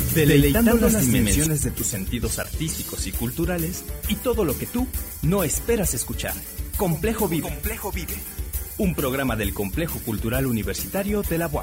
Deleitando las dimensiones de tus sentidos artísticos y culturales y todo lo que tú no esperas escuchar. Complejo Vive. Complejo Vive. Un programa del Complejo Cultural Universitario de la UAP.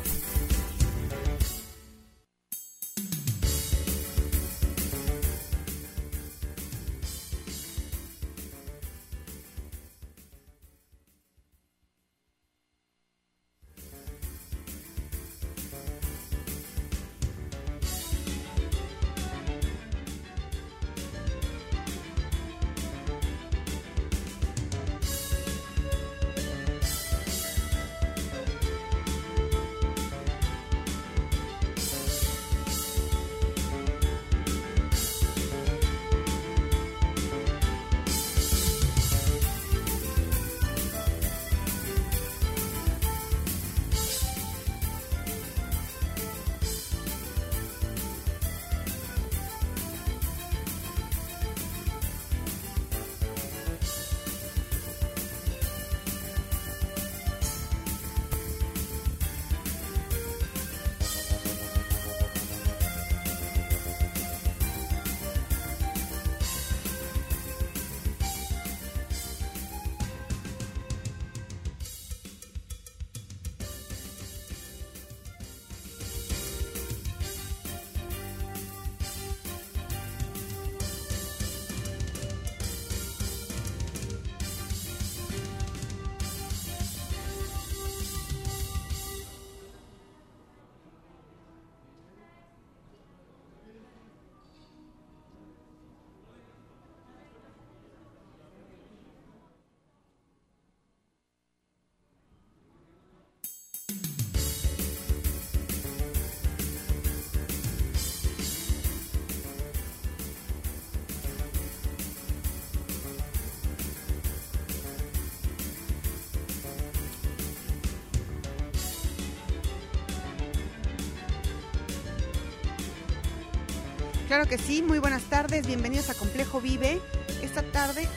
Claro que sí, muy buenas tardes, bienvenidos a Complejo Vive. Esta tarde...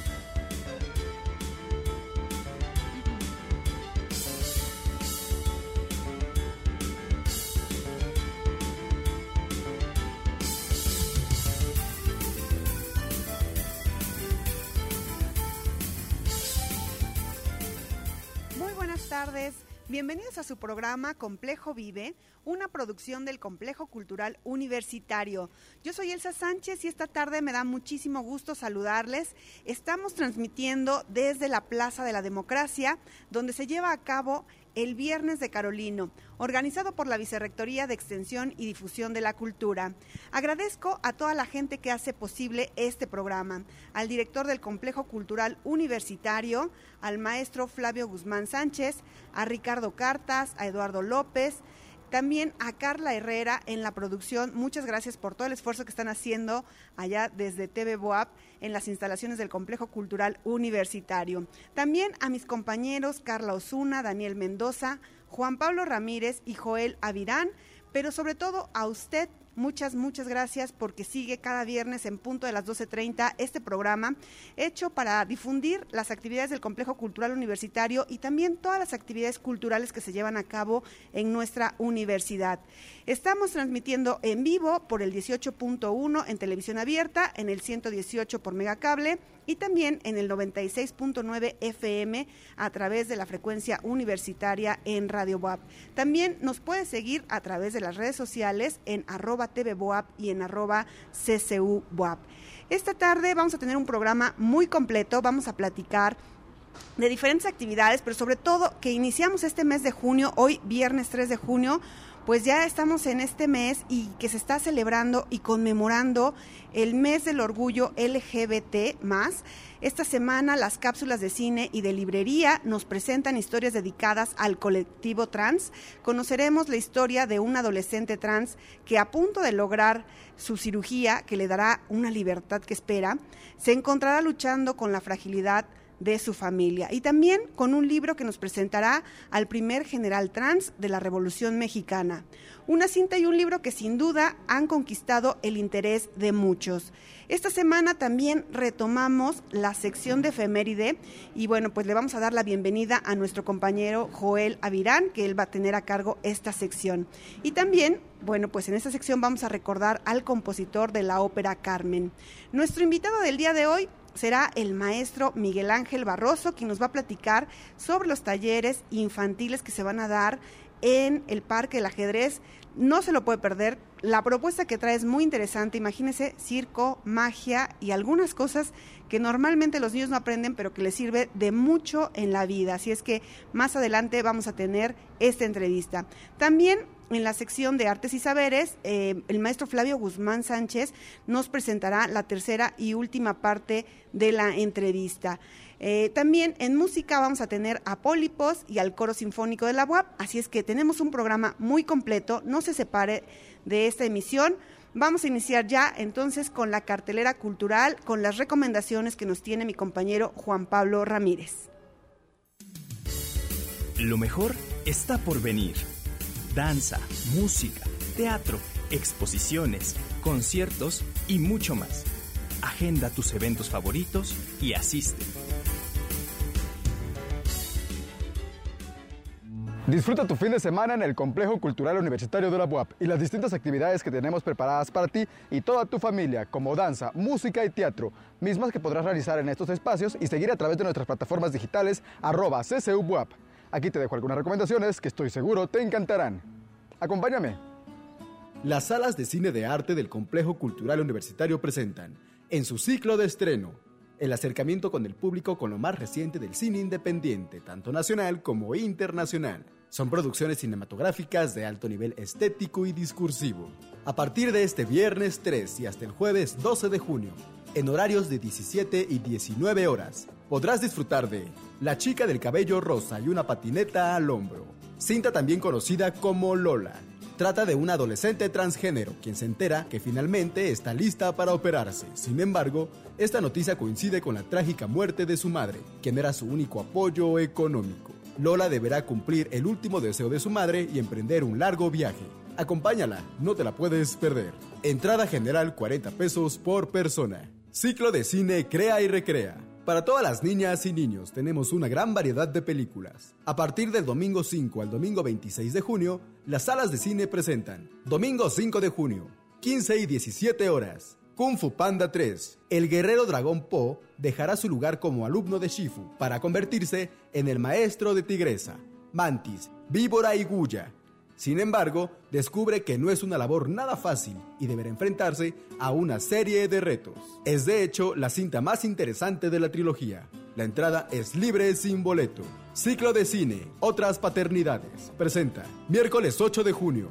Muy buenas tardes. Bienvenidos a su programa Complejo Vive, una producción del Complejo Cultural Universitario. Yo soy Elsa Sánchez y esta tarde me da muchísimo gusto saludarles. Estamos transmitiendo desde la Plaza de la Democracia, donde se lleva a cabo el Viernes de Carolino, organizado por la Vicerrectoría de Extensión y Difusión de la Cultura. Agradezco a toda la gente que hace posible este programa, al director del Complejo Cultural Universitario, al maestro Flavio Guzmán Sánchez, a Ricardo Cartas, a Eduardo López, también a Carla Herrera en la producción. Muchas gracias por todo el esfuerzo que están haciendo allá desde TV Boab en las instalaciones del Complejo Cultural Universitario. También a mis compañeros Carla Osuna, Daniel Mendoza, Juan Pablo Ramírez y Joel Avirán, pero sobre todo a usted. Muchas gracias porque sigue cada viernes en punto de las 12:30 este programa hecho para difundir las actividades del Complejo Cultural Universitario y también todas las actividades culturales que se llevan a cabo en nuestra universidad. Estamos transmitiendo en vivo por el 18.1 en televisión abierta, en el 118 por Megacable y también en el 96.9 FM a través de la frecuencia universitaria en Radio Boab. También nos puede seguir a través de las redes sociales en @tvboab y en @ccuboab. Esta tarde vamos a tener un programa muy completo, vamos a platicar de diferentes actividades, pero sobre todo que iniciamos este mes de junio, hoy viernes 3 de junio, pues ya estamos en este mes y que se está celebrando y conmemorando el mes del orgullo LGBT+. Esta semana las cápsulas de cine y de librería nos presentan historias dedicadas al colectivo trans. Conoceremos la historia de un adolescente trans que a punto de lograr su cirugía, que le dará una libertad que espera, se encontrará luchando con la fragilidad de su familia. Y también con un libro que nos presentará al primer general trans de la Revolución Mexicana. Una cinta y un libro que sin duda han conquistado el interés de muchos. Esta semana también retomamos la sección de efeméride y bueno, pues le vamos a dar la bienvenida a nuestro compañero Joel Avirán, que él va a tener a cargo esta sección. Y también, bueno, pues en esta sección vamos a recordar al compositor de la ópera Carmen. Nuestro invitado del día de hoy será el maestro Miguel Ángel Barroso, quien nos va a platicar sobre los talleres infantiles que se van a dar en el Parque del Ajedrez. No se lo puede perder. La propuesta que trae es muy interesante. Imagínense circo, magia y algunas cosas que normalmente los niños no aprenden, pero que les sirve de mucho en la vida. Así es que más adelante vamos a tener esta entrevista. También en la sección de Artes y Saberes, el maestro Flavio Guzmán Sánchez nos presentará la tercera y última parte de la entrevista. También en música vamos a tener a Pólipos y al Coro Sinfónico de la UAP, así es que tenemos un programa muy completo, no se separe de esta emisión. Vamos a iniciar ya entonces con la cartelera cultural, con las recomendaciones que nos tiene mi compañero Juan Pablo Ramírez. Lo mejor está por venir. Danza, música, teatro, exposiciones, conciertos y mucho más. Agenda tus eventos favoritos y asiste. Disfruta tu fin de semana en el Complejo Cultural Universitario de la UAP y las distintas actividades que tenemos preparadas para ti y toda tu familia, como danza, música y teatro, mismas que podrás realizar en estos espacios y seguir a través de nuestras plataformas digitales @CCUWAP. Aquí te dejo algunas recomendaciones que estoy seguro te encantarán. Acompáñame. Las salas de cine de arte del Complejo Cultural Universitario presentan, en su ciclo de estreno, el acercamiento con el público con lo más reciente del cine independiente, tanto nacional como internacional. Son producciones cinematográficas de alto nivel estético y discursivo. A partir de este viernes 3 y hasta el jueves 12 de junio, en horarios de 17 y 19 horas, podrás disfrutar de La chica del cabello rosa y una patineta al hombro, cinta también conocida como Lola. Trata de una adolescente transgénero, quien se entera que finalmente está lista para operarse. Sin embargo, esta noticia coincide con la trágica muerte de su madre, quien era su único apoyo económico. Lola deberá cumplir el último deseo de su madre y emprender un largo viaje. Acompáñala, no te la puedes perder. Entrada general 40 pesos por persona. Ciclo de cine Crea y Recrea. Para todas las niñas y niños tenemos una gran variedad de películas. A partir del domingo 5 al domingo 26 de junio, las salas de cine presentan domingo 5 de junio, 15 y 17 horas. Kung Fu Panda 3. El guerrero dragón Po dejará su lugar como alumno de Shifu para convertirse en el maestro de Tigresa, Mantis, Víbora y Guya. Sin embargo, descubre que no es una labor nada fácil y deberá enfrentarse a una serie de retos. Es de hecho la cinta más interesante de la trilogía. La entrada es libre sin boleto. Ciclo de cine, Otras paternidades. Presenta, miércoles 8 de junio,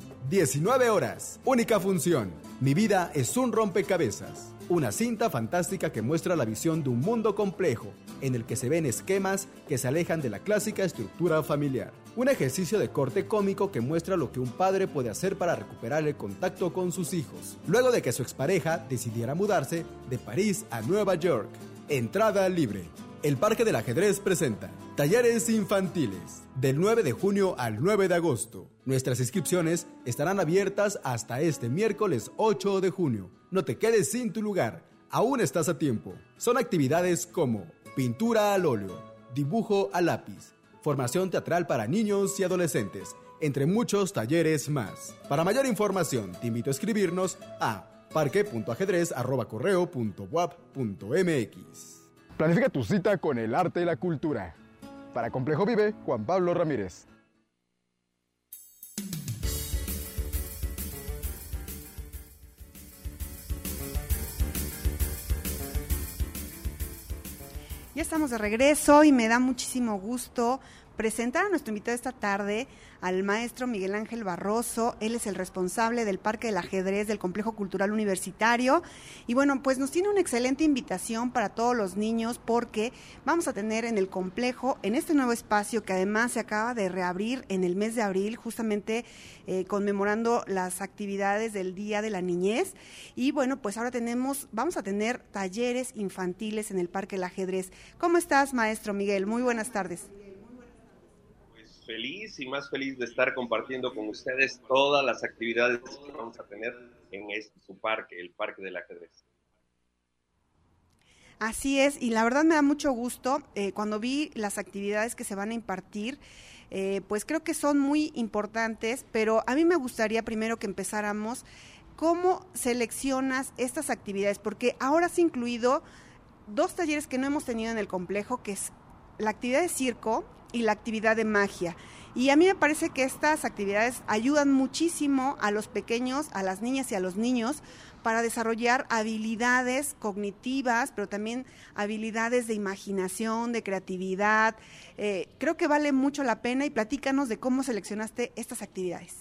19 horas. Única función, Mi vida es un rompecabezas. Una cinta fantástica que muestra la visión de un mundo complejo, en el que se ven esquemas que se alejan de la clásica estructura familiar. Un ejercicio de corte cómico que muestra lo que un padre puede hacer para recuperar el contacto con sus hijos, luego de que su expareja decidiera mudarse de París a Nueva York. Entrada libre. El Parque del Ajedrez presenta talleres infantiles del 9 de junio al 9 de agosto. Nuestras inscripciones estarán abiertas hasta este miércoles 8 de junio. No te quedes sin tu lugar, aún estás a tiempo. Son actividades como pintura al óleo, dibujo a lápiz, formación teatral para niños y adolescentes, entre muchos talleres más. Para mayor información, te invito a escribirnos a parque.ajedrez@correo.wap.mx. Planifica tu cita con el arte y la cultura. Para Complejo Vive, Juan Pablo Ramírez. Ya estamos de regreso y me da muchísimo gusto presentar a nuestro invitado esta tarde, al maestro Miguel Ángel Barroso. Él es el responsable del Parque del Ajedrez del Complejo Cultural Universitario. Y bueno, pues nos tiene una excelente invitación para todos los niños, porque vamos a tener en el complejo, en este nuevo espacio que además se acaba de reabrir en el mes de abril, justamente conmemorando las actividades del Día de la Niñez. Y bueno, pues ahora vamos a tener talleres infantiles en el Parque del Ajedrez. ¿Cómo estás, maestro Miguel? Muy buenas tardes. Pues feliz y más feliz de estar compartiendo con ustedes todas las actividades que vamos a tener en su parque, el Parque del Ajedrez. Así es, y la verdad me da mucho gusto cuando vi las actividades que se van a impartir. Pues creo que son muy importantes, pero a mí me gustaría primero que empezáramos. ¿Cómo seleccionas estas actividades? Porque ahora has incluido 2 talleres que no hemos tenido en el complejo, que es la actividad de circo y la actividad de magia. Y a mí me parece que estas actividades ayudan muchísimo a los pequeños, a las niñas y a los niños, para desarrollar habilidades cognitivas, pero también habilidades de imaginación, de creatividad. Creo que vale mucho la pena, y platícanos de cómo seleccionaste estas actividades.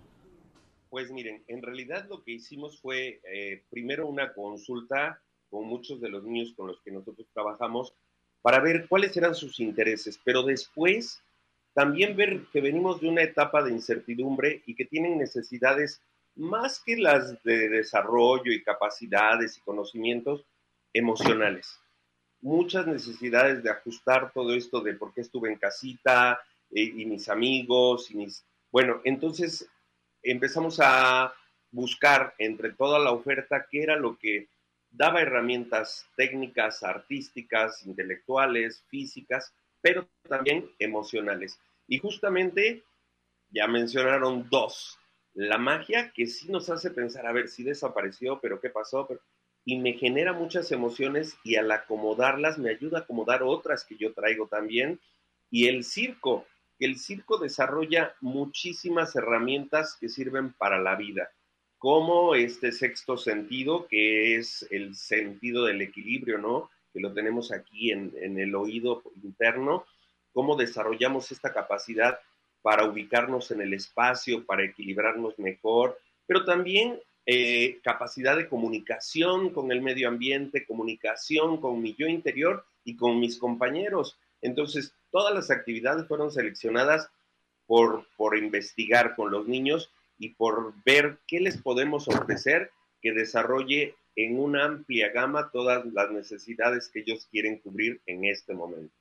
Pues miren, en realidad lo que hicimos fue primero una consulta con muchos de los niños con los que nosotros trabajamos para ver cuáles eran sus intereses, pero después también ver que venimos de una etapa de incertidumbre y que tienen necesidades más que las de desarrollo y capacidades y conocimientos emocionales. Muchas necesidades de ajustar todo esto de por qué estuve en casita y mis amigos. Bueno, entonces empezamos a buscar entre toda la oferta qué era lo que daba herramientas técnicas, artísticas, intelectuales, físicas, pero también emocionales. Y justamente ya mencionaron 2. La magia, que sí nos hace pensar, a ver, si desapareció, pero ¿qué pasó? Y me genera muchas emociones, y al acomodarlas me ayuda a acomodar otras que yo traigo también. Y el circo, que el circo desarrolla muchísimas herramientas que sirven para la vida, como este sexto sentido, que es el sentido del equilibrio, ¿no? Que lo tenemos aquí en el oído interno, cómo desarrollamos esta capacidad para ubicarnos en el espacio, para equilibrarnos mejor, pero también capacidad de comunicación con el medio ambiente, comunicación con mi yo interior y con mis compañeros. Entonces, todas las actividades fueron seleccionadas por investigar con los niños y por ver qué les podemos ofrecer que desarrolle en una amplia gama todas las necesidades que ellos quieren cubrir en este momento.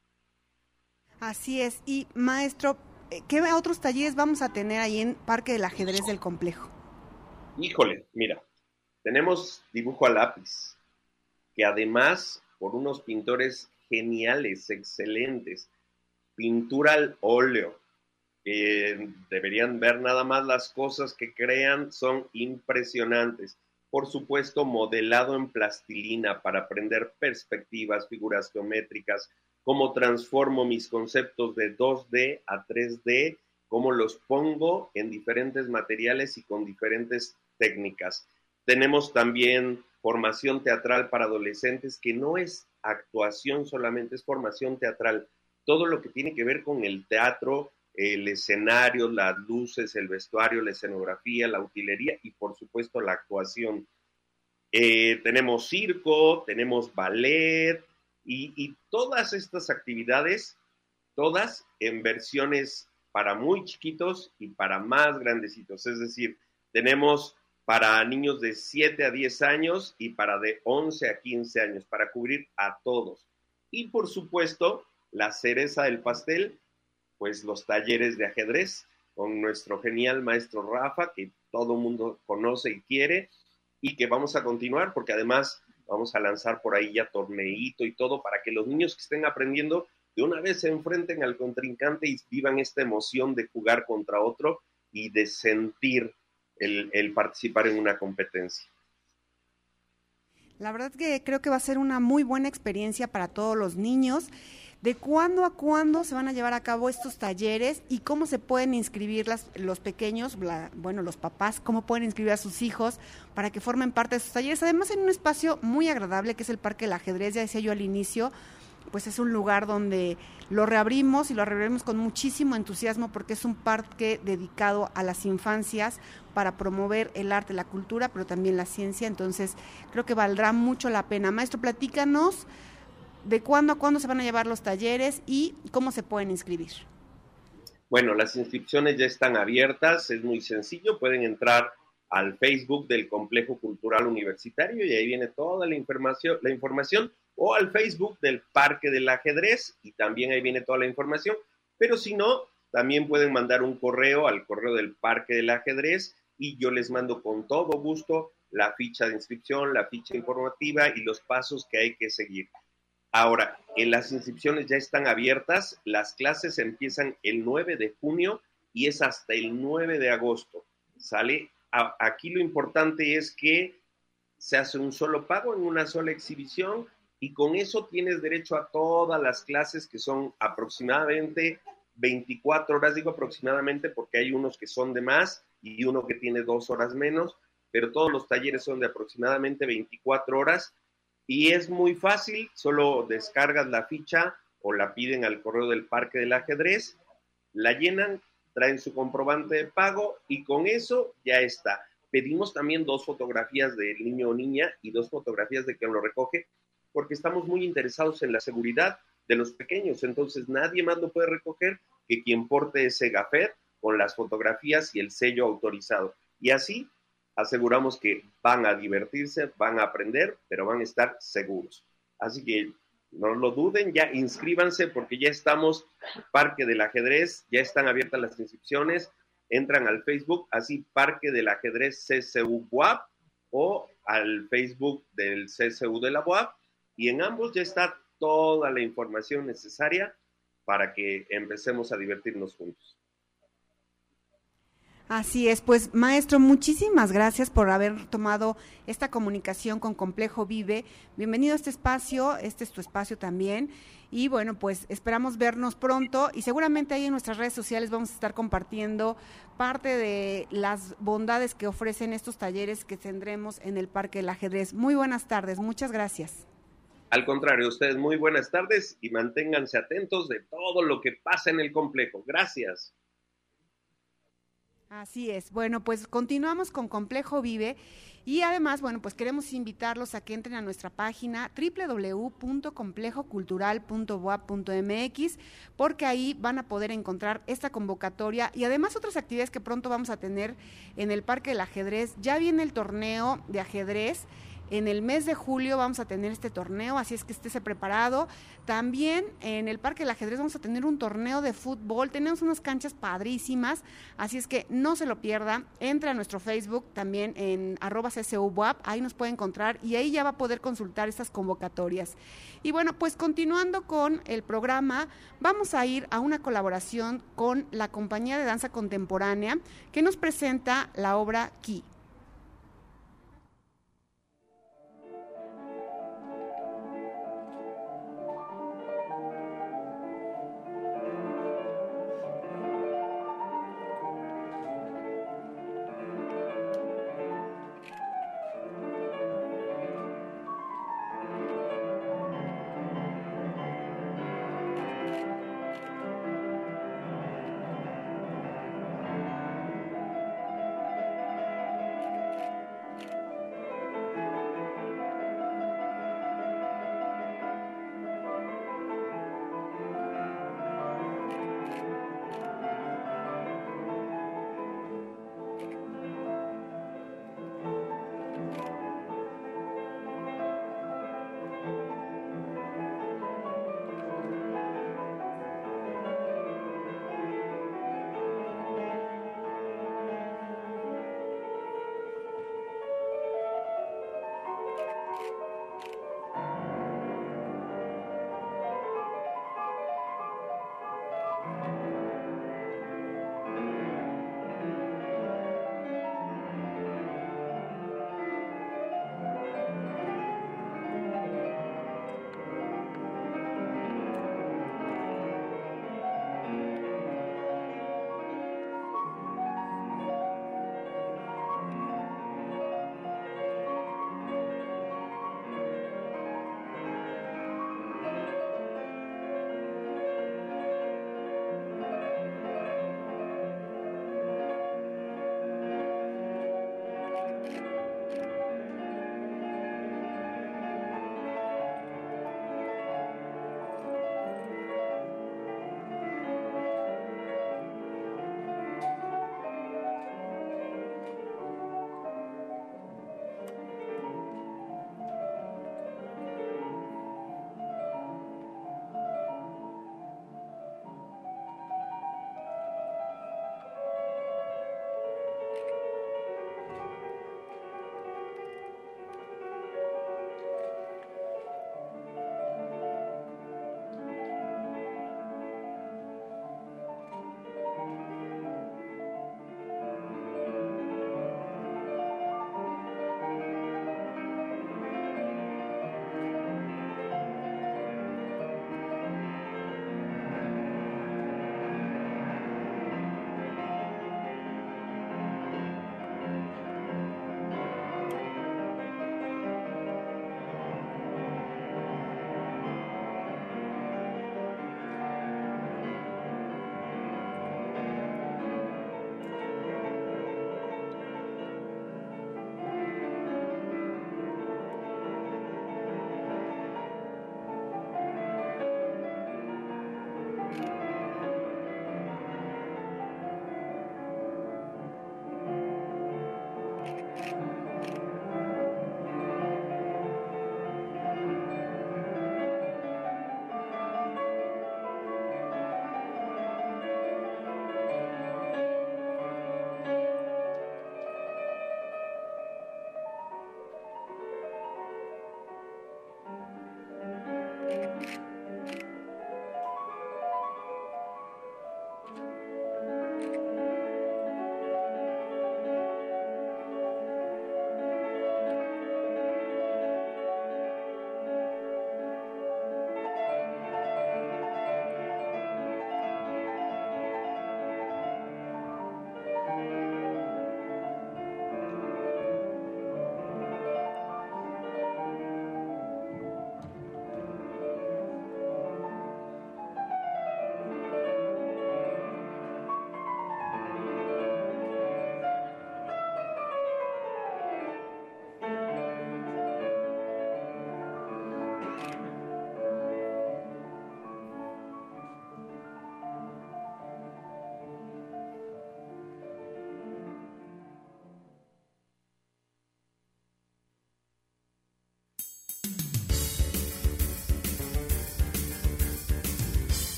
Así es. Y maestro, ¿qué otros talleres vamos a tener ahí en Parque del Ajedrez del complejo? Híjole, mira, tenemos dibujo a lápiz, que además por unos pintores geniales, excelentes, pintura al óleo, deberían ver nada más las cosas que crean, son impresionantes. Por supuesto, modelado en plastilina para aprender perspectivas, figuras geométricas, cómo transformo mis conceptos de 2D a 3D, cómo los pongo en diferentes materiales y con diferentes técnicas. Tenemos también formación teatral para adolescentes, que no es actuación solamente, es formación teatral. Todo lo que tiene que ver con el teatro, el escenario, las luces, el vestuario, la escenografía, la utilería y por supuesto la actuación. Tenemos circo, tenemos ballet y todas estas actividades, todas en versiones para muy chiquitos y para más grandecitos. Es decir, tenemos para niños de 7 a 10 años y para de 11 a 15 años, para cubrir a todos. Y por supuesto, la cereza del pastel, pues los talleres de ajedrez con nuestro genial maestro Rafa, que todo el mundo conoce y quiere, y que vamos a continuar porque además vamos a lanzar por ahí ya torneito y todo para que los niños que estén aprendiendo de una vez se enfrenten al contrincante y vivan esta emoción de jugar contra otro y de sentir el participar en una competencia. La verdad que creo que va a ser una muy buena experiencia para todos los niños. ¿De cuándo a cuándo se van a llevar a cabo estos talleres y cómo se pueden inscribir los pequeños, los papás, cómo pueden inscribir a sus hijos para que formen parte de estos talleres? Además, en un espacio muy agradable que es el Parque del Ajedrez, ya decía yo al inicio, pues es un lugar donde lo reabrimos y lo reabrimos con muchísimo entusiasmo porque es un parque dedicado a las infancias para promover el arte, la cultura, pero también la ciencia. Entonces creo que valdrá mucho la pena. Maestro, platícanos de cuándo a cuándo se van a llevar los talleres y cómo se pueden inscribir. Bueno, las inscripciones ya están abiertas, es muy sencillo, pueden entrar al Facebook del Complejo Cultural Universitario y ahí viene toda la información, o al Facebook del Parque del Ajedrez y también ahí viene toda la información, pero si no, también pueden mandar un correo al correo del Parque del Ajedrez y yo les mando con todo gusto la ficha de inscripción, la ficha informativa y los pasos que hay que seguir. Ahora, las inscripciones ya están abiertas, las clases empiezan el 9 de junio y es hasta el 9 de agosto, ¿sale? Aquí lo importante es que se hace un solo pago en una sola exhibición y con eso tienes derecho a todas las clases que son aproximadamente 24 horas, digo aproximadamente porque hay unos que son de más y uno que tiene 2 horas menos, pero todos los talleres son de aproximadamente 24 horas. Y es muy fácil, solo descargas la ficha o la piden al correo del Parque del Ajedrez, la llenan, traen su comprobante de pago y con eso ya está. Pedimos también 2 fotografías del niño o niña y 2 fotografías de quien lo recoge, porque estamos muy interesados en la seguridad de los pequeños. Entonces nadie más lo puede recoger que quien porte ese gafet con las fotografías y el sello autorizado. Y así aseguramos que van a divertirse, van a aprender, pero van a estar seguros. Así que no lo duden, ya inscríbanse porque ya estamos, Parque del Ajedrez, ya están abiertas las inscripciones, entran al Facebook, así Parque del Ajedrez CCU BUAP o al Facebook del CCU de la BUAP y en ambos ya está toda la información necesaria para que empecemos a divertirnos juntos. Así es, pues maestro, muchísimas gracias por haber tomado esta comunicación con Complejo Vive. Bienvenido a este espacio, este es tu espacio también. Y bueno, pues esperamos vernos pronto y seguramente ahí en nuestras redes sociales vamos a estar compartiendo parte de las bondades que ofrecen estos talleres que tendremos en el Parque del Ajedrez. Muy buenas tardes, muchas gracias. Al contrario, ustedes muy buenas tardes y manténganse atentos de todo lo que pasa en el complejo. Gracias. Así es. Bueno, pues continuamos con Complejo Vive y además, bueno, pues queremos invitarlos a que entren a nuestra página www.complejocultural.boap.mx porque ahí van a poder encontrar esta convocatoria y además otras actividades que pronto vamos a tener en el Parque del Ajedrez. Ya viene el torneo de ajedrez. En el mes de julio vamos a tener este torneo, así es que estése preparado. También en el Parque del Ajedrez vamos a tener un torneo de fútbol, tenemos unas canchas padrísimas, así es que no se lo pierda. Entra a nuestro Facebook también en @ccubuap, ahí nos puede encontrar y ahí ya va a poder consultar estas convocatorias. Y bueno, pues continuando con el programa, vamos a ir a una colaboración con la Compañía de Danza Contemporánea que nos presenta la obra Ki.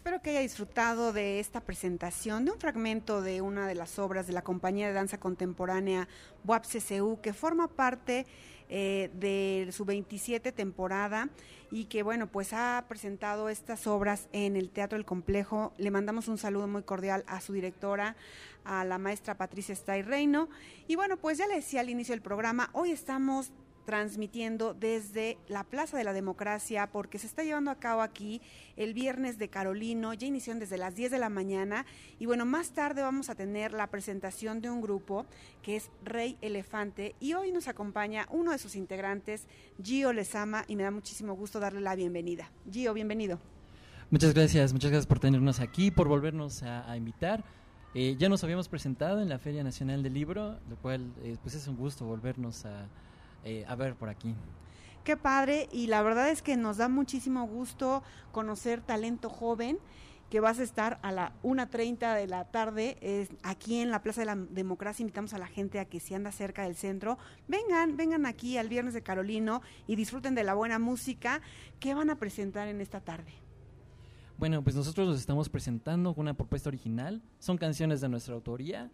Espero que haya disfrutado de esta presentación, de un fragmento de una de las obras de la compañía de danza contemporánea BUAP CCU, que forma parte de su 27 temporada y que, bueno, pues ha presentado estas obras en el Teatro El Complejo. Le mandamos un saludo muy cordial a su directora, a la maestra Patricia Stay Reino. Y bueno, pues ya le decía al inicio del programa, hoy estamos transmitiendo desde la Plaza de la Democracia, porque se está llevando a cabo aquí el Viernes de Carolino. Ya inició desde las 10 de la mañana y bueno, más tarde vamos a tener la presentación de un grupo que es Rey Elefante, y hoy nos acompaña uno de sus integrantes, Gio Lezama, y me da muchísimo gusto darle la bienvenida. Gio, bienvenido. Muchas gracias por tenernos aquí, por volvernos a invitar. Ya nos habíamos presentado en la Feria Nacional del Libro, lo cual pues es un gusto volvernos a ver por aquí. Qué padre, y la verdad es que nos da muchísimo gusto conocer talento joven, que vas a estar a la 1:30 de la tarde aquí en la Plaza de la Democracia. Invitamos a la gente a que si anda cerca del centro, vengan aquí al Viernes de Carolino y disfruten de la buena música. ¿Qué van a presentar en esta tarde? Bueno, pues nosotros nos estamos presentando con una propuesta original, son canciones de nuestra autoría.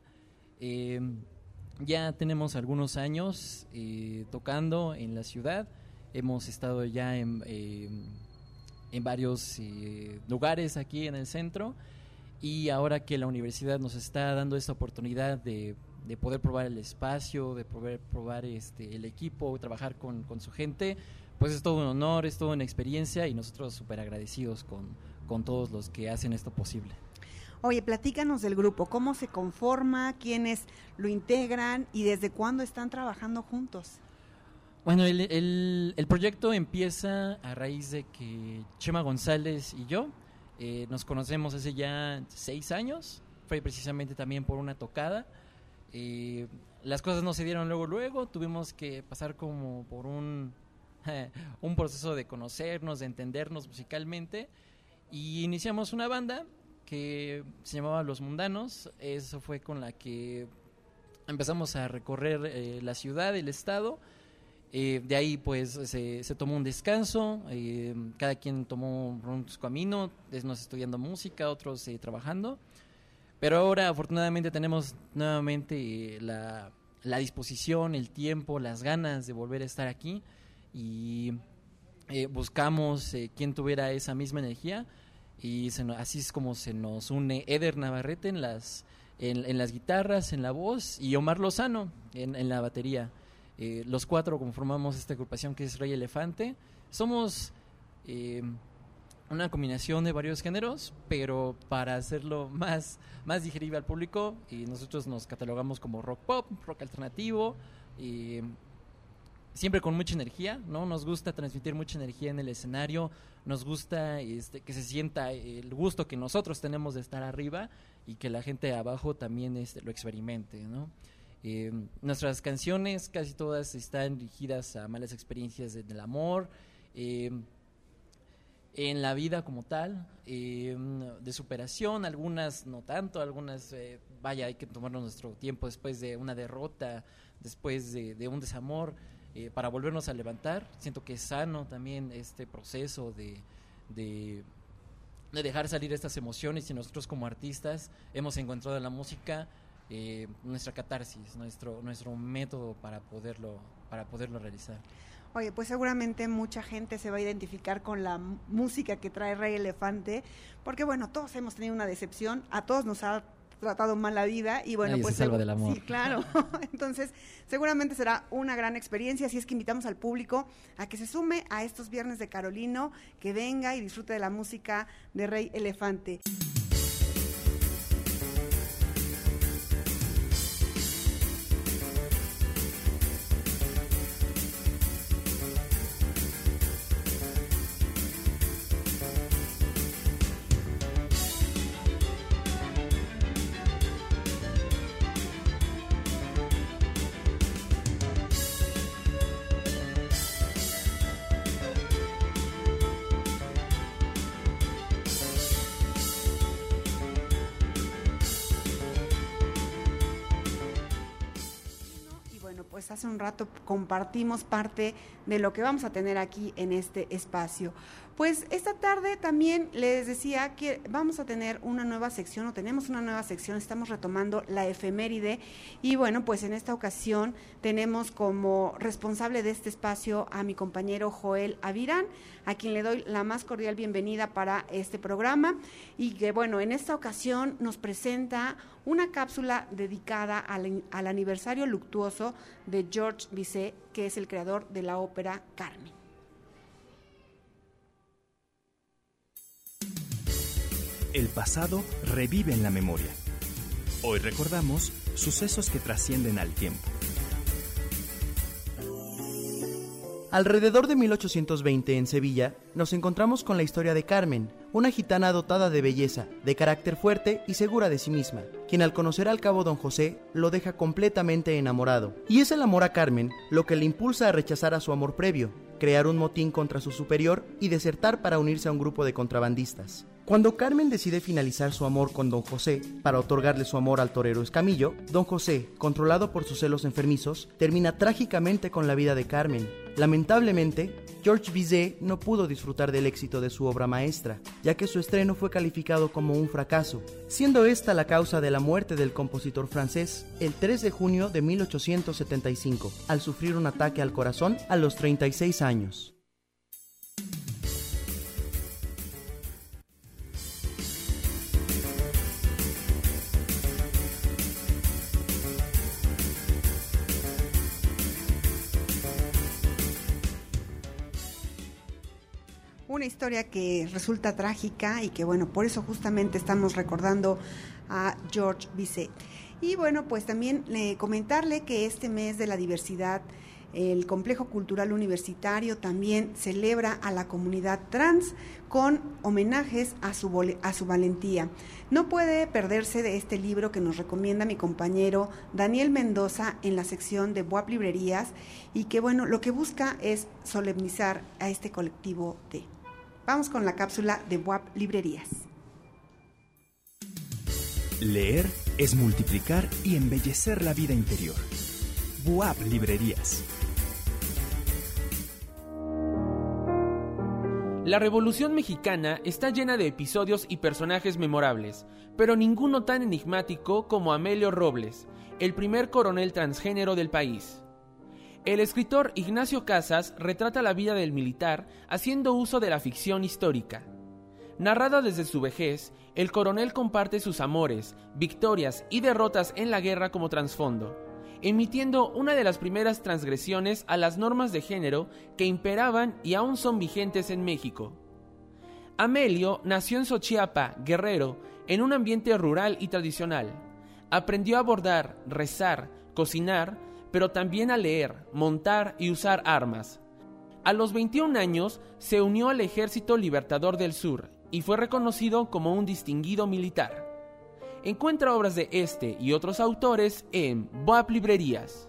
Ya tenemos algunos años tocando en la ciudad, hemos estado ya en varios lugares aquí en el centro, y ahora que la universidad nos está dando esta oportunidad de poder probar el espacio, de poder probar el equipo, trabajar con su gente, pues es todo un honor, es toda una experiencia, y nosotros súper agradecidos con todos los que hacen esto posible. Oye, platícanos del grupo, ¿cómo se conforma? ¿Quiénes lo integran? ¿Y desde cuándo están trabajando juntos? Bueno, el proyecto empieza a raíz de que Chema González y yo nos conocemos hace ya 6 años. Fue precisamente también por una tocada. Las cosas no se dieron luego, tuvimos que pasar como por un proceso de conocernos, de entendernos musicalmente, y iniciamos una banda que se llamaba Los Mundanos. Eso fue con la que empezamos a recorrer la ciudad, el estado. De ahí pues se tomó un descanso, cada quien tomó su camino, unos estudiando música, otros trabajando, pero ahora afortunadamente tenemos nuevamente la disposición, el tiempo, las ganas de volver a estar aquí, y buscamos quien tuviera esa misma energía. Y así es como se nos une Eder Navarrete en las guitarras, en la voz, y Omar Lozano en la batería. Los 4 conformamos esta agrupación que es Rey Elefante. Somos una combinación de varios géneros, pero para hacerlo más digerible al público, nosotros nos catalogamos como rock pop, rock alternativo, siempre con mucha energía, ¿no? Nos gusta transmitir mucha energía en el escenario, nos gusta que se sienta el gusto que nosotros tenemos de estar arriba, y que la gente de abajo también lo experimente, ¿no? Nuestras canciones casi todas están dirigidas a malas experiencias del amor, en la vida como tal, de superación, algunas no tanto, algunas hay que tomarnos nuestro tiempo después de una derrota, después de un desamor, para volvernos a levantar. Siento que es sano también este proceso de dejar salir estas emociones, y nosotros como artistas hemos encontrado en la música nuestra catarsis, nuestro método para poderlo realizar. Oye, pues seguramente mucha gente se va a identificar con la música que trae Rey Elefante, porque bueno, todos hemos tenido una decepción, a todos nos ha tratado mal la vida, y bueno, nadie pues se salva del amor. Sí, claro. Entonces, seguramente será una gran experiencia, así es que invitamos al público a que se sume a estos Viernes de Carolino, que venga y disfrute de la música de Rey Elefante. pues hace un rato compartimos parte de lo que vamos a tener aquí en este espacio. Pues esta tarde también les decía que vamos a tener una nueva sección, o tenemos una nueva sección, estamos retomando la efeméride, y bueno, pues en esta ocasión tenemos como responsable de este espacio a mi compañero Joel Avirán, a quien le doy la más cordial bienvenida para este programa, y que bueno, en esta ocasión nos presenta una cápsula dedicada al aniversario luctuoso de Georges Bizet, que es el creador de la ópera Carmen. El pasado revive en la memoria. Hoy recordamos sucesos que trascienden al tiempo. Alrededor de 1820 en Sevilla nos encontramos con la historia de Carmen, una gitana dotada de belleza, de carácter fuerte y segura de sí misma, quien al conocer al cabo don José lo deja completamente enamorado. Y es el amor a Carmen lo que le impulsa a rechazar a su amor previo, crear un motín contra su superior y desertar para unirse a un grupo de contrabandistas. Cuando Carmen decide finalizar su amor con don José para otorgarle su amor al torero Escamillo, don José, controlado por sus celos enfermizos, termina trágicamente con la vida de Carmen. Lamentablemente, Georges Bizet no pudo disfrutar del éxito de su obra maestra, ya que su estreno fue calificado como un fracaso, siendo esta la causa de la muerte del compositor francés el 3 de junio de 1875, al sufrir un ataque al corazón a los 36 años. Una historia que resulta trágica y que bueno, por eso justamente estamos recordando a Georges Bizet. Y bueno, pues también comentarle que este mes de la diversidad, el Complejo Cultural Universitario también celebra a la comunidad trans con homenajes a su valentía. No puede perderse de este libro que nos recomienda mi compañero Daniel Mendoza en la sección de BUAP Librerías, y que bueno, lo que busca es solemnizar a este colectivo de... Vamos con la cápsula de BUAP Librerías. Leer es multiplicar y embellecer la vida interior. BUAP Librerías. La Revolución Mexicana está llena de episodios y personajes memorables, pero ninguno tan enigmático como Amelio Robles, el primer coronel transgénero del país. El escritor Ignacio Casas retrata la vida del militar haciendo uso de la ficción histórica. Narrada desde su vejez, el coronel comparte sus amores, victorias y derrotas en la guerra como trasfondo, emitiendo una de las primeras transgresiones a las normas de género que imperaban y aún son vigentes en México. Amelio nació en Xochiapa, Guerrero, en un ambiente rural y tradicional. Aprendió a bordar, rezar, cocinar, pero también a leer, montar y usar armas. A los 21 años se unió al Ejército Libertador del Sur y fue reconocido como un distinguido militar. Encuentra obras de este y otros autores en BUAP Librerías.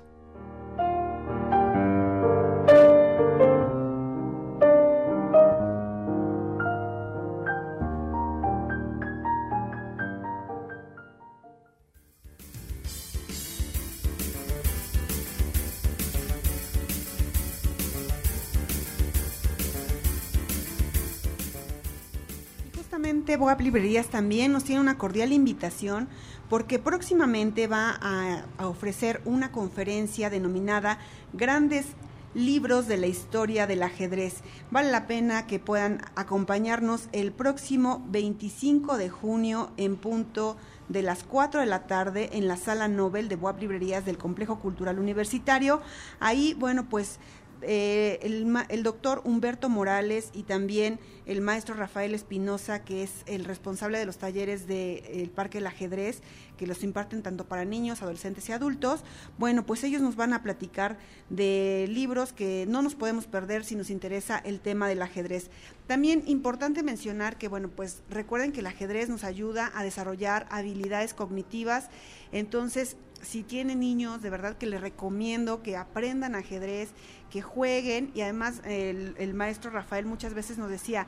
BUAP Librerías también nos tiene una cordial invitación porque próximamente va a ofrecer una conferencia denominada Grandes Libros de la Historia del Ajedrez. Vale la pena que puedan acompañarnos el próximo 25 de junio en punto de las 4 de la tarde en la Sala Nobel de BUAP Librerías del Complejo Cultural Universitario. Ahí, bueno, pues el doctor Humberto Morales y también el maestro Rafael Espinosa, que es el responsable de los talleres del Parque del Ajedrez, que los imparten tanto para niños, adolescentes y adultos. Bueno, pues ellos nos van a platicar de libros que no nos podemos perder si nos interesa el tema del ajedrez. También importante mencionar que, bueno, pues recuerden que el ajedrez nos ayuda a desarrollar habilidades cognitivas. Entonces, si tienen niños, de verdad que les recomiendo que aprendan ajedrez, que jueguen, y además el maestro Rafael muchas veces nos decía,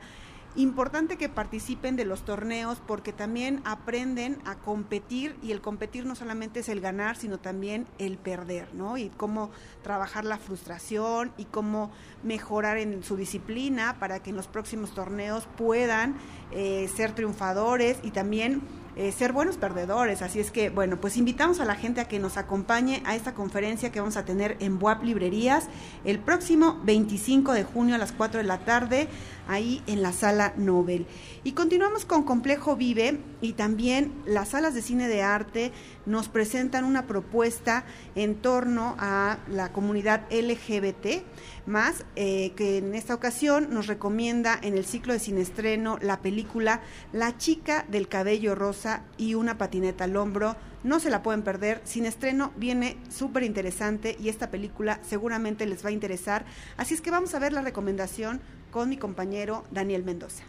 Importante que participen de los torneos porque también aprenden a competir, y el competir no solamente es el ganar, sino también el perder, ¿no? Y cómo trabajar la frustración y cómo mejorar en su disciplina para que en los próximos torneos puedan ser triunfadores y también ser buenos perdedores. Así es que, bueno, pues invitamos a la gente a que nos acompañe a esta conferencia que vamos a tener en BUAP Librerías el próximo 25 de junio a las 4 de la tarde, ahí en la Sala Nobel. Y continuamos con Complejo Vive, y también las salas de cine de arte nos presentan una propuesta en torno a la comunidad LGBT+, que en esta ocasión nos recomienda en el ciclo de cineestreno la película La chica del cabello rosa y una patineta al hombro. No se la pueden perder, cineestreno viene súper interesante y esta película seguramente les va a interesar, así es que vamos a ver la recomendación con mi compañero Daniel Mendoza.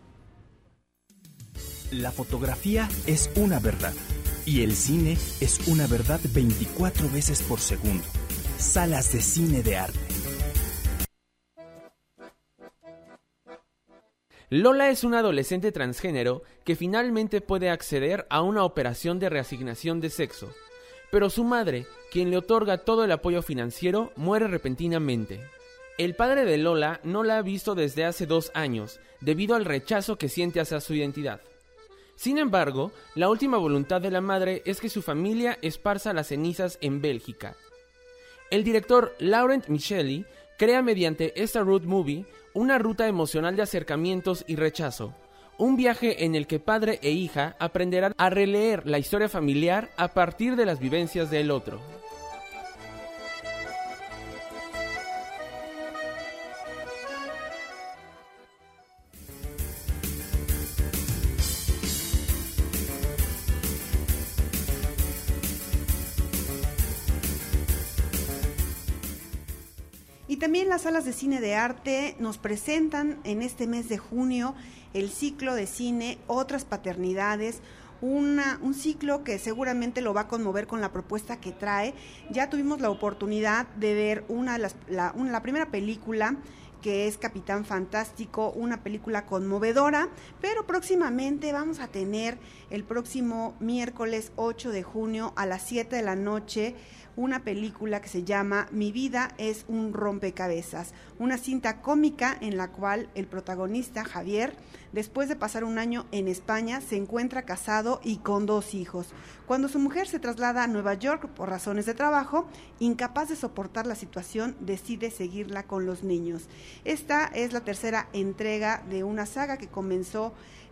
La fotografía es una verdad y el cine es una verdad 24 veces por segundo. Salas de cine de arte. Lola es una adolescente transgénero que finalmente puede acceder a una operación de reasignación de sexo, pero su madre, quien le otorga todo el apoyo financiero, muere repentinamente. El padre de Lola no la ha visto desde hace 2 años, debido al rechazo que siente hacia su identidad. Sin embargo, la última voluntad de la madre es que su familia esparza las cenizas en Bélgica. El director Laurent Micheli crea mediante esta road movie una ruta emocional de acercamientos y rechazo, un viaje en el que padre e hija aprenderán a releer la historia familiar a partir de las vivencias del otro. Y también las salas de cine de arte nos presentan en este mes de junio el ciclo de cine Otras Paternidades, un ciclo que seguramente lo va a conmover con la propuesta que trae. Ya tuvimos la oportunidad de ver la primera película, que es Capitán Fantástico, una película conmovedora, pero próximamente vamos a tener el próximo miércoles 8 de junio a las 7 de la noche una película que se llama Mi vida es un rompecabezas, una cinta cómica en la cual el protagonista, Javier, después de pasar un año en España, se encuentra casado y con 2 hijos. Cuando su mujer se traslada a Nueva York por razones de trabajo, incapaz de soportar la situación, decide seguirla con los niños. Esta es la tercera entrega de una saga que comenzó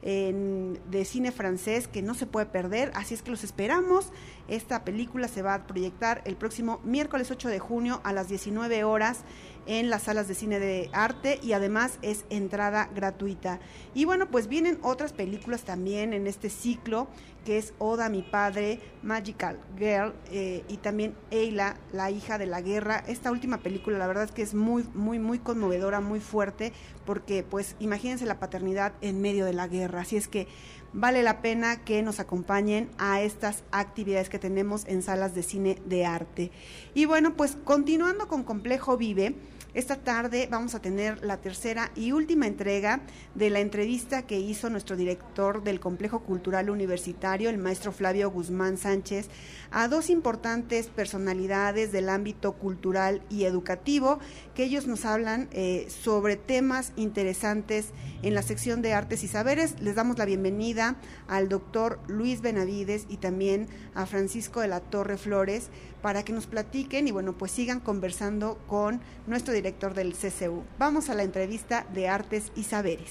de cine francés que no se puede perder, así es que los esperamos. Esta película se va a proyectar el próximo miércoles 8 de junio a las 19 horas en las salas de cine de arte y además es entrada gratuita. Y bueno, pues vienen otras películas también en este ciclo, que es Oda a mi padre, Magical Girl y también Ayla, la hija de la guerra. Esta última película la verdad es que es muy, muy, muy conmovedora, muy fuerte, porque pues imagínense la paternidad en medio de la guerra, así es que vale la pena que nos acompañen a estas actividades que tenemos en salas de cine de arte. Y bueno, pues continuando con Complejo Vive, esta tarde vamos a tener la tercera y última entrega de la entrevista que hizo nuestro director del Complejo Cultural Universitario, el maestro Flavio Guzmán Sánchez, a 2 importantes personalidades del ámbito cultural y educativo, que ellos nos hablan sobre temas interesantes en la sección de Artes y Saberes. Les damos la bienvenida al doctor Luis Benavides y también a Francisco de la Torre Flores para que nos platiquen y bueno, pues sigan conversando con nuestro director del CCU. Vamos a la entrevista de Artes y Saberes.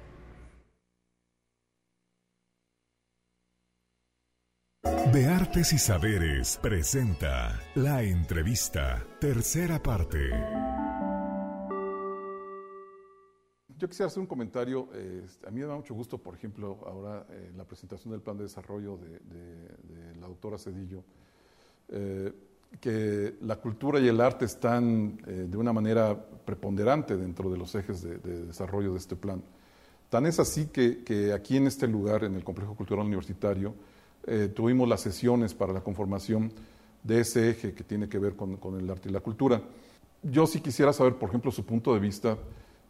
De Artes y Saberes presenta la entrevista, tercera parte. Yo quisiera hacer un comentario. A mí me da mucho gusto, por ejemplo, ahora la presentación del plan de desarrollo de la doctora Cedillo, que la cultura y el arte están de una manera preponderante dentro de los ejes de desarrollo de este plan. Tan es así que aquí en este lugar, en el Complejo Cultural Universitario, tuvimos las sesiones para la conformación de ese eje que tiene que ver con el arte y la cultura. Yo sí quisiera saber, por ejemplo, su punto de vista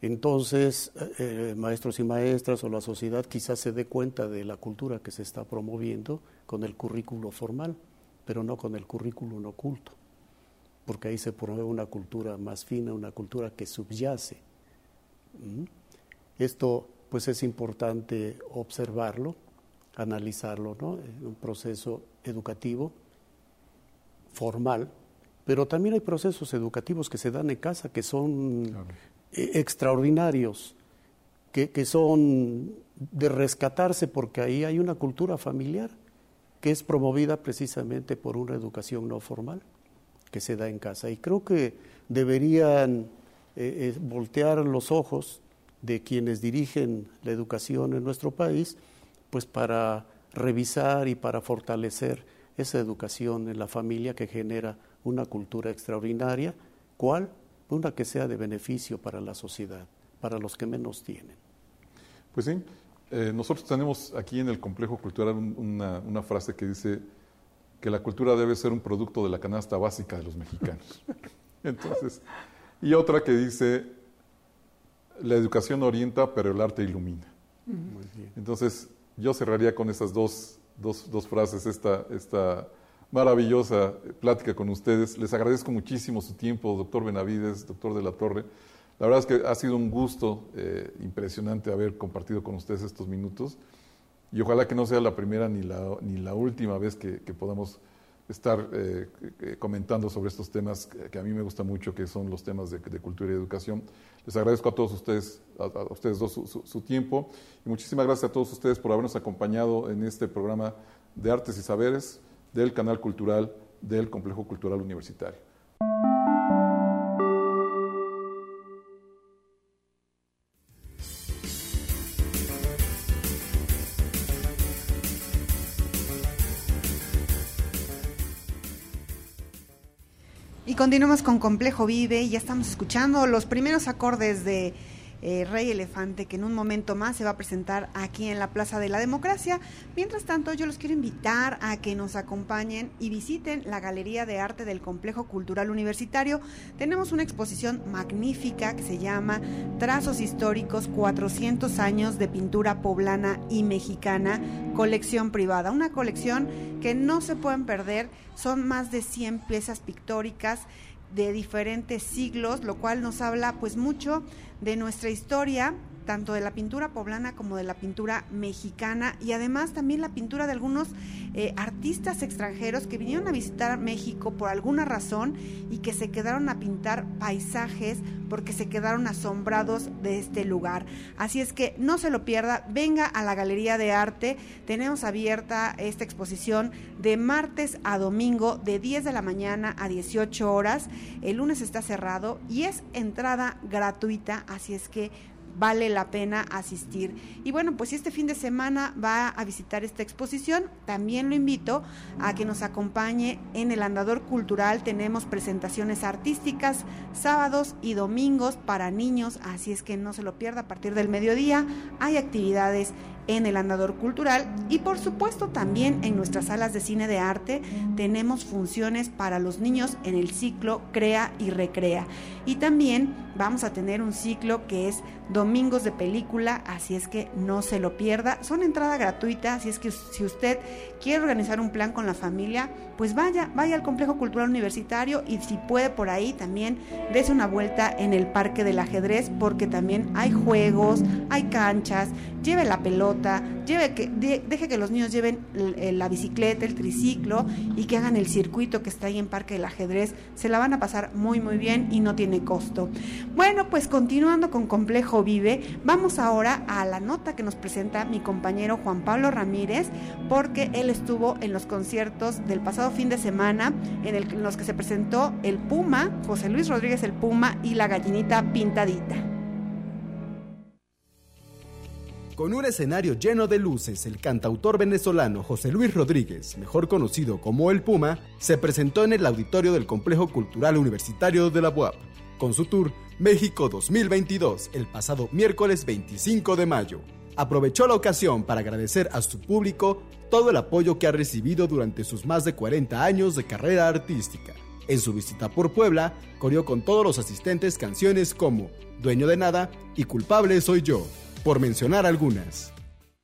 Entonces, maestros y maestras o la sociedad quizás se dé cuenta de la cultura que se está promoviendo con el currículo formal, pero no con el currículum oculto, porque ahí se promueve una cultura más fina, una cultura que subyace. Esto pues es importante observarlo, analizarlo, ¿no? En un proceso educativo formal, pero también hay procesos educativos que se dan en casa que son extraordinarios, que son de rescatarse, porque ahí hay una cultura familiar que es promovida precisamente por una educación no formal que se da en casa. Y creo que deberían voltear los ojos de quienes dirigen la educación en nuestro país, pues para revisar y para fortalecer esa educación en la familia que genera una cultura extraordinaria. ¿Cuál? Una que sea de beneficio para la sociedad, para los que menos tienen. Pues sí, nosotros tenemos aquí en el Complejo Cultural una frase que dice que la cultura debe ser un producto de la canasta básica de los mexicanos. Entonces, y otra que dice, la educación orienta, pero el arte ilumina. Muy bien. Entonces, yo cerraría con esas dos frases esta maravillosa plática con ustedes. Les agradezco muchísimo su tiempo, doctor Benavides, doctor de la Torre. La verdad es que ha sido un gusto impresionante haber compartido con ustedes estos minutos, y ojalá que no sea la primera ni la última vez que podamos estar comentando sobre estos temas que a mí me gusta mucho, que son los temas de cultura y educación. Les agradezco a todos ustedes, a ustedes dos su tiempo, y muchísimas gracias a todos ustedes por habernos acompañado en este programa de Artes y Saberes del Canal Cultural del Complejo Cultural Universitario. Y continuamos con Complejo Vive, y ya estamos escuchando los primeros acordes de Rey Elefante, que en un momento más se va a presentar aquí en la Plaza de la Democracia. Mientras tanto, yo los quiero invitar a que nos acompañen y visiten la Galería de Arte del Complejo Cultural Universitario. Tenemos una exposición magnífica que se llama Trazos Históricos, 400 años de pintura poblana y mexicana, colección privada. Una colección que no se pueden perder, son más de 100 piezas pictóricas de diferentes siglos, lo cual nos habla pues mucho de nuestra historia, tanto de la pintura poblana como de la pintura mexicana, y además también la pintura de algunos artistas extranjeros que vinieron a visitar México por alguna razón y que se quedaron a pintar paisajes porque se quedaron asombrados de este lugar. Así es que no se lo pierda, venga a la Galería de Arte. Tenemos abierta esta exposición de martes a domingo de 10 de la mañana a 18 horas. El lunes está cerrado y es entrada gratuita, así es que vale la pena asistir. Y bueno, pues si este fin de semana va a visitar esta exposición, también lo invito a que nos acompañe en el Andador Cultural. Tenemos presentaciones artísticas sábados y domingos para niños, así es que no se lo pierda. A partir del mediodía hay actividades en el Andador Cultural, y por supuesto también en nuestras salas de cine de arte tenemos funciones para los niños en el ciclo Crea y Recrea, y también vamos a tener un ciclo que es Domingos de Película, así es que no se lo pierda. Son entrada gratuita, así es que si usted quiere organizar un plan con la familia, pues vaya al Complejo Cultural Universitario, y si puede por ahí también dése una vuelta en el Parque del Ajedrez, porque también hay juegos, hay canchas, lleve la pelota, deje que los niños lleven la bicicleta, el triciclo, y que hagan el circuito que está ahí en Parque del Ajedrez. Se la van a pasar muy muy bien y no tiene costo. Bueno, pues continuando con Complejo Vive, vamos ahora a la nota que nos presenta mi compañero Juan Pablo Ramírez, porque él estuvo en los conciertos del pasado fin de semana en los que se presentó el Puma, José Luis Rodríguez el Puma, y la Gallinita Pintadita. Con un escenario lleno de luces, el cantautor venezolano José Luis Rodríguez, mejor conocido como El Puma, se presentó en el auditorio del Complejo Cultural Universitario de la UAP, con su tour México 2022, el pasado miércoles 25 de mayo. Aprovechó la ocasión para agradecer a su público todo el apoyo que ha recibido durante sus más de 40 años de carrera artística. En su visita por Puebla, coreó con todos los asistentes canciones como Dueño de Nada y Culpable Soy Yo, por mencionar algunas.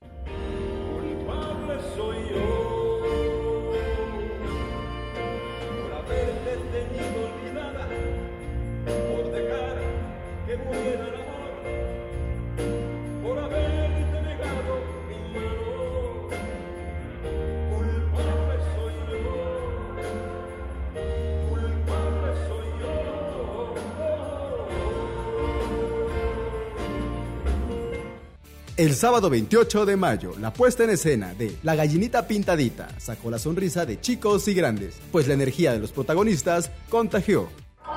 El sábado 28 de mayo, la puesta en escena de La Gallinita Pintadita sacó la sonrisa de chicos y grandes, pues la energía de los protagonistas contagió.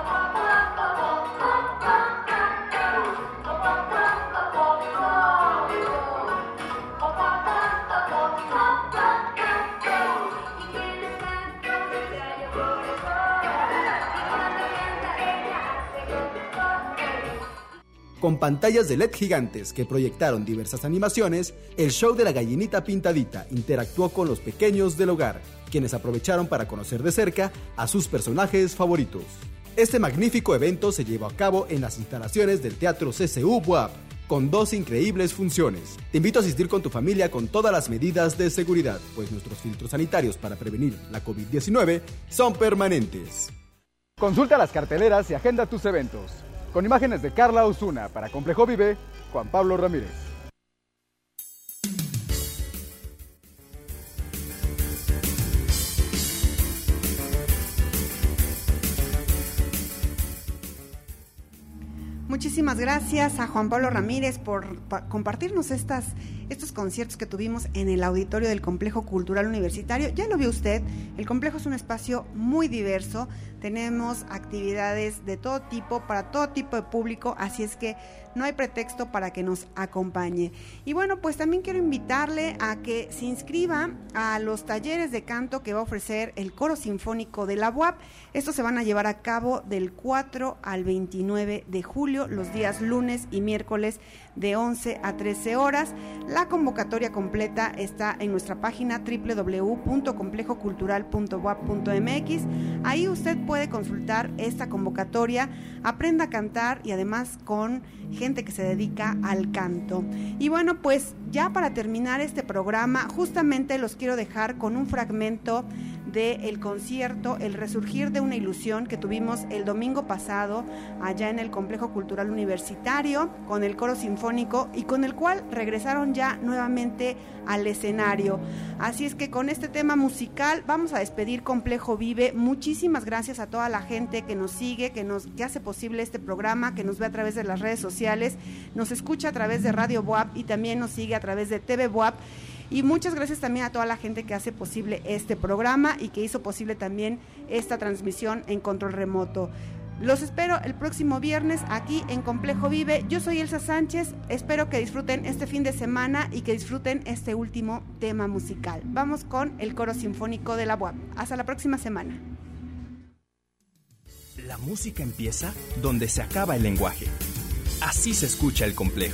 Con pantallas de LED gigantes que proyectaron diversas animaciones, el show de La Gallinita Pintadita interactuó con los pequeños del hogar, quienes aprovecharon para conocer de cerca a sus personajes favoritos. Este magnífico evento se llevó a cabo en las instalaciones del Teatro CCU BUAP, con 2 increíbles funciones. Te invito a asistir con tu familia con todas las medidas de seguridad, pues nuestros filtros sanitarios para prevenir la COVID-19 son permanentes. Consulta las carteleras y agenda tus eventos. Con imágenes de Carla Osuna, para Complejo Vive, Juan Pablo Ramírez. Muchísimas gracias a Juan Pablo Ramírez por compartirnos estos conciertos que tuvimos en el auditorio del Complejo Cultural Universitario. Ya lo vio usted, el complejo es un espacio muy diverso, tenemos actividades de todo tipo, para todo tipo de público, así es que no hay pretexto para que nos acompañe. Y bueno, pues también quiero invitarle a que se inscriba a los talleres de canto que va a ofrecer el Coro Sinfónico de la UAP. Estos se van a llevar a cabo del 4 al 29 de julio, los días lunes y miércoles de 11 a 13 horas. La convocatoria completa está en nuestra página www.complejocultural.uap.mx. Ahí usted puede consultar esta convocatoria, aprenda a cantar y además con gente que se dedica al canto. Y bueno, pues ya para terminar este programa, justamente los quiero dejar con un fragmento del concierto El Resurgir de una Ilusión que tuvimos el domingo pasado allá en el Complejo Cultural Universitario con el Coro Sinfónico y con el cual regresaron ya nuevamente al escenario. Así es que con este tema musical vamos a despedir Complejo Vive. Muchísimas gracias a toda la gente que nos sigue, que hace posible este programa, que nos ve a través de las redes sociales, nos escucha a través de Radio BUAP y también nos sigue a través de TV BUAP. Y muchas gracias también a toda la gente que hace posible este programa y que hizo posible también esta transmisión en control remoto. Los espero el próximo viernes aquí en Complejo Vive. Yo soy Elsa Sánchez, espero que disfruten este fin de semana y que disfruten este último tema musical. Vamos con el Coro Sinfónico de la UAP. Hasta la próxima semana. La música empieza donde se acaba el lenguaje. Así se escucha el complejo.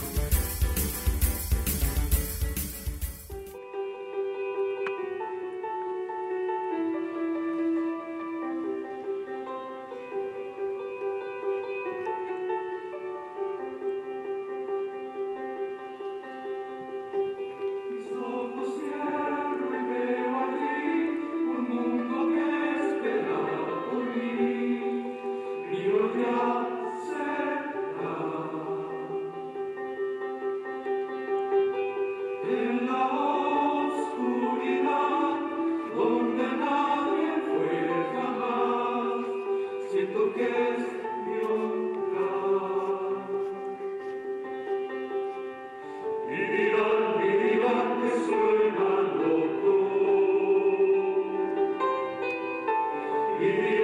Yeah.